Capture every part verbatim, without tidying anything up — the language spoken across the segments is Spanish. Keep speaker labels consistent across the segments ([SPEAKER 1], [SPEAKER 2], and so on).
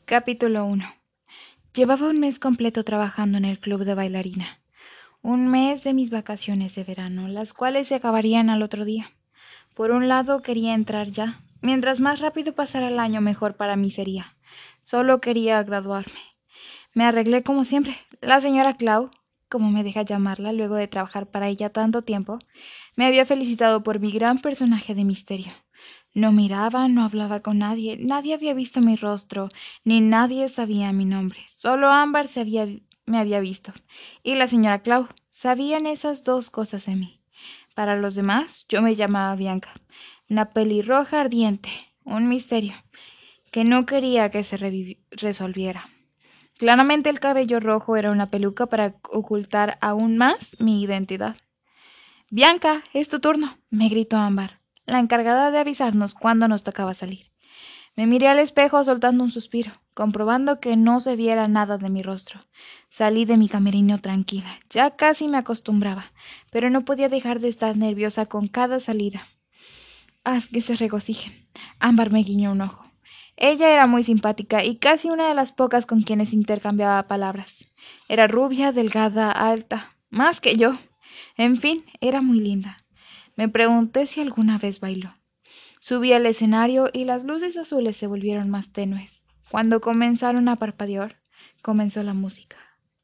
[SPEAKER 1] Capítulo uno. Llevaba un mes completo trabajando en el club de bailarina. Un mes de mis vacaciones de verano, las cuales se acabarían al otro día. Por un lado quería entrar ya. Mientras más rápido pasara el año, mejor para mí sería. Solo quería graduarme. Me arreglé como siempre. La señora Clau, como me deja llamarla luego de trabajar para ella tanto tiempo, me había felicitado por mi gran personaje de misterio. No miraba, no hablaba con nadie, nadie había visto mi rostro, ni nadie sabía mi nombre. Solo Ámbar se había, me había visto, y la señora Clau. Sabían esas dos cosas de mí. Para los demás, yo me llamaba Bianca, una pelirroja ardiente, un misterio, que no quería que se resolviera. Claramente el cabello rojo era una peluca para ocultar aún más mi identidad. «Bianca, es tu turno», me gritó Ámbar, la encargada de avisarnos cuándo nos tocaba salir. Me miré al espejo soltando un suspiro, comprobando que no se viera nada de mi rostro. Salí de mi camerino tranquila, ya casi me acostumbraba, pero no podía dejar de estar nerviosa con cada salida. Haz que se regocijen. Ámbar me guiñó un ojo. Ella era muy simpática y casi una de las pocas con quienes intercambiaba palabras. Era rubia, delgada, alta, más que yo. En fin, era muy linda. Me pregunté si alguna vez bailó. Subí al escenario y las luces azules se volvieron más tenues. Cuando comenzaron a parpadear, comenzó la música.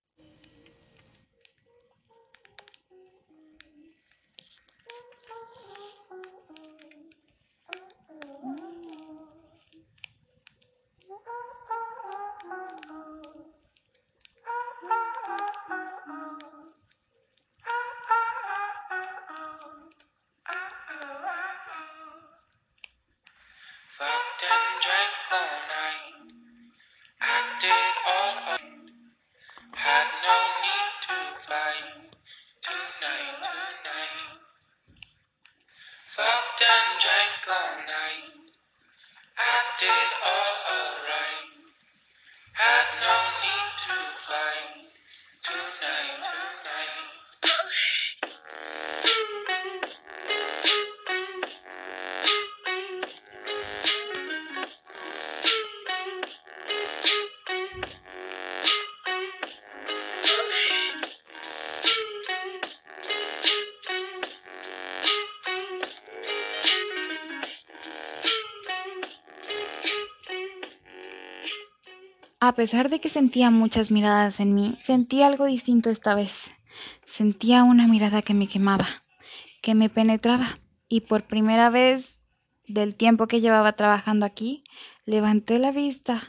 [SPEAKER 2] Fucked and drank all night, acted all up, had no need to fight, tonight, tonight. Fucked and drank all night, acted all alright, had no need to fight, tonight, tonight.
[SPEAKER 1] A pesar de que sentía muchas miradas en mí, sentí algo distinto esta vez. Sentía una mirada que me quemaba, que me penetraba, y por primera vez del tiempo que llevaba trabajando aquí, levanté la vista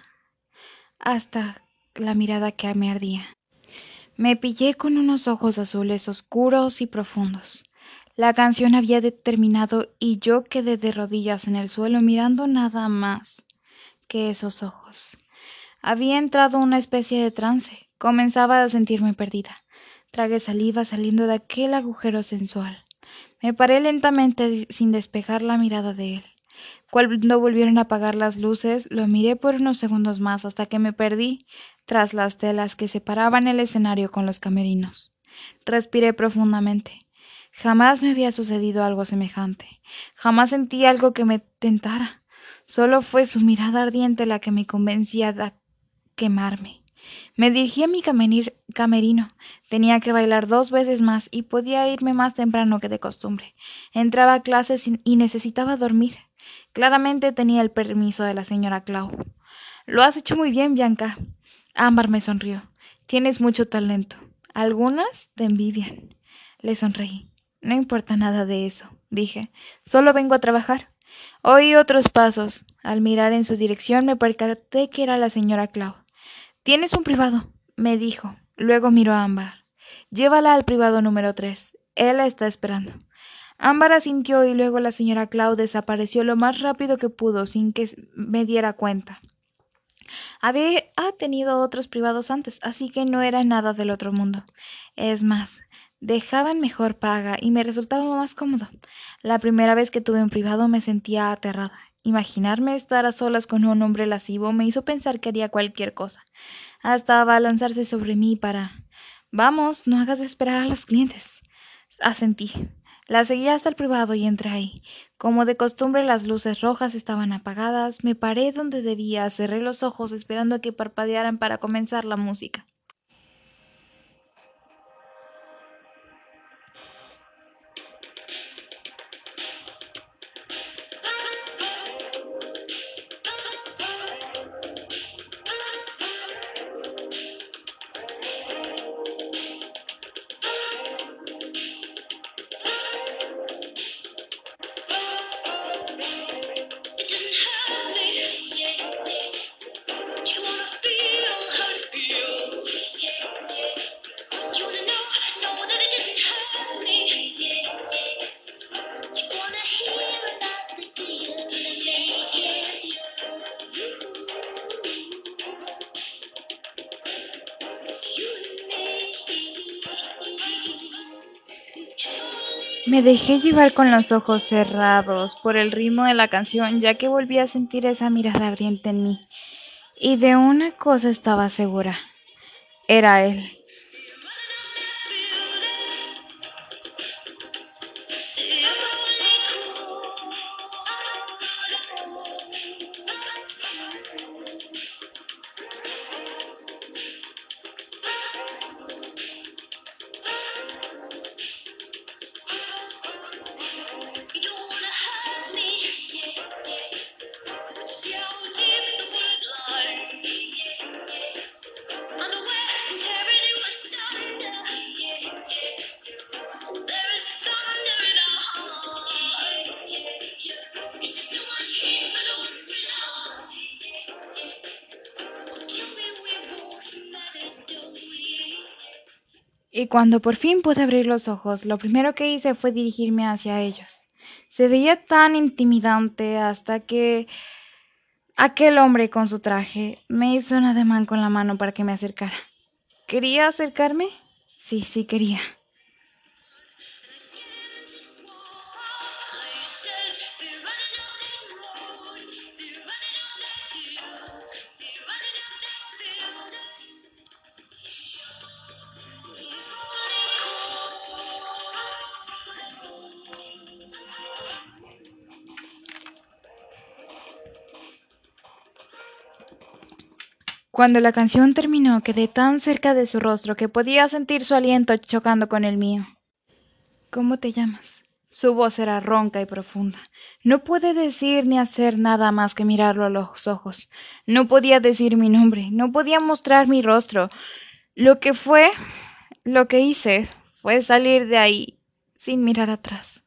[SPEAKER 1] hasta la mirada que me ardía. Me pillé con unos ojos azules oscuros y profundos. La canción había terminado y yo quedé de rodillas en el suelo mirando nada más que esos ojos. Había entrado una especie de trance. Comenzaba a sentirme perdida. Tragué saliva saliendo de aquel agujero sensual. Me paré lentamente sin despejar la mirada de él. Cuando volvieron a apagar las luces, lo miré por unos segundos más hasta que me perdí tras las telas que separaban el escenario con los camerinos. Respiré profundamente. Jamás me había sucedido algo semejante. Jamás sentí algo que me tentara. Solo fue su mirada ardiente la que me convencía de quemarme. Me dirigí a mi camerino. Tenía que bailar dos veces más y podía irme más temprano que de costumbre. Entraba a clases y necesitaba dormir. Claramente tenía el permiso de la señora Clau. «Lo has hecho muy bien, Bianca». Ámbar me sonrió. «Tienes mucho talento. Algunas te envidian». Le sonreí. «No importa nada de eso», dije. «Solo vengo a trabajar». Oí otros pasos. Al mirar en su dirección me percaté que era la señora Clau. «Tienes un privado», me dijo. Luego miró a Ámbar. «Llévala al privado número tres. Él la está esperando». Ámbar asintió y luego la señora Clau desapareció lo más rápido que pudo sin que me diera cuenta. Había tenido otros privados antes, así que no era nada del otro mundo. Es más, dejaban mejor paga y me resultaba más cómodo. La primera vez que tuve un privado me sentía aterrada. Imaginarme estar a solas con un hombre lascivo me hizo pensar que haría cualquier cosa, hasta abalanzarse sobre mí para... «Vamos, no hagas esperar a los clientes». Asentí. La seguí hasta el privado y entré ahí. Como de costumbre las luces rojas estaban apagadas, me paré donde debía, cerré los ojos esperando a que parpadearan para comenzar la música. Me dejé llevar con los ojos cerrados por el ritmo de la canción, ya que volví a sentir esa mirada ardiente en mí. Y de una cosa estaba segura. Era él. Y cuando por fin pude abrir los ojos, lo primero que hice fue dirigirme hacia ellos. Se veía tan intimidante hasta que aquel hombre con su traje me hizo un ademán con la mano para que me acercara. ¿Quería acercarme? Sí, sí quería. Cuando la canción terminó, quedé tan cerca de su rostro que podía sentir su aliento chocando con el mío. ¿Cómo te llamas? Su voz era ronca y profunda. No pude decir ni hacer nada más que mirarlo a los ojos. No podía decir mi nombre, no podía mostrar mi rostro. Lo que fue, lo que hice, fue salir de ahí sin mirar atrás.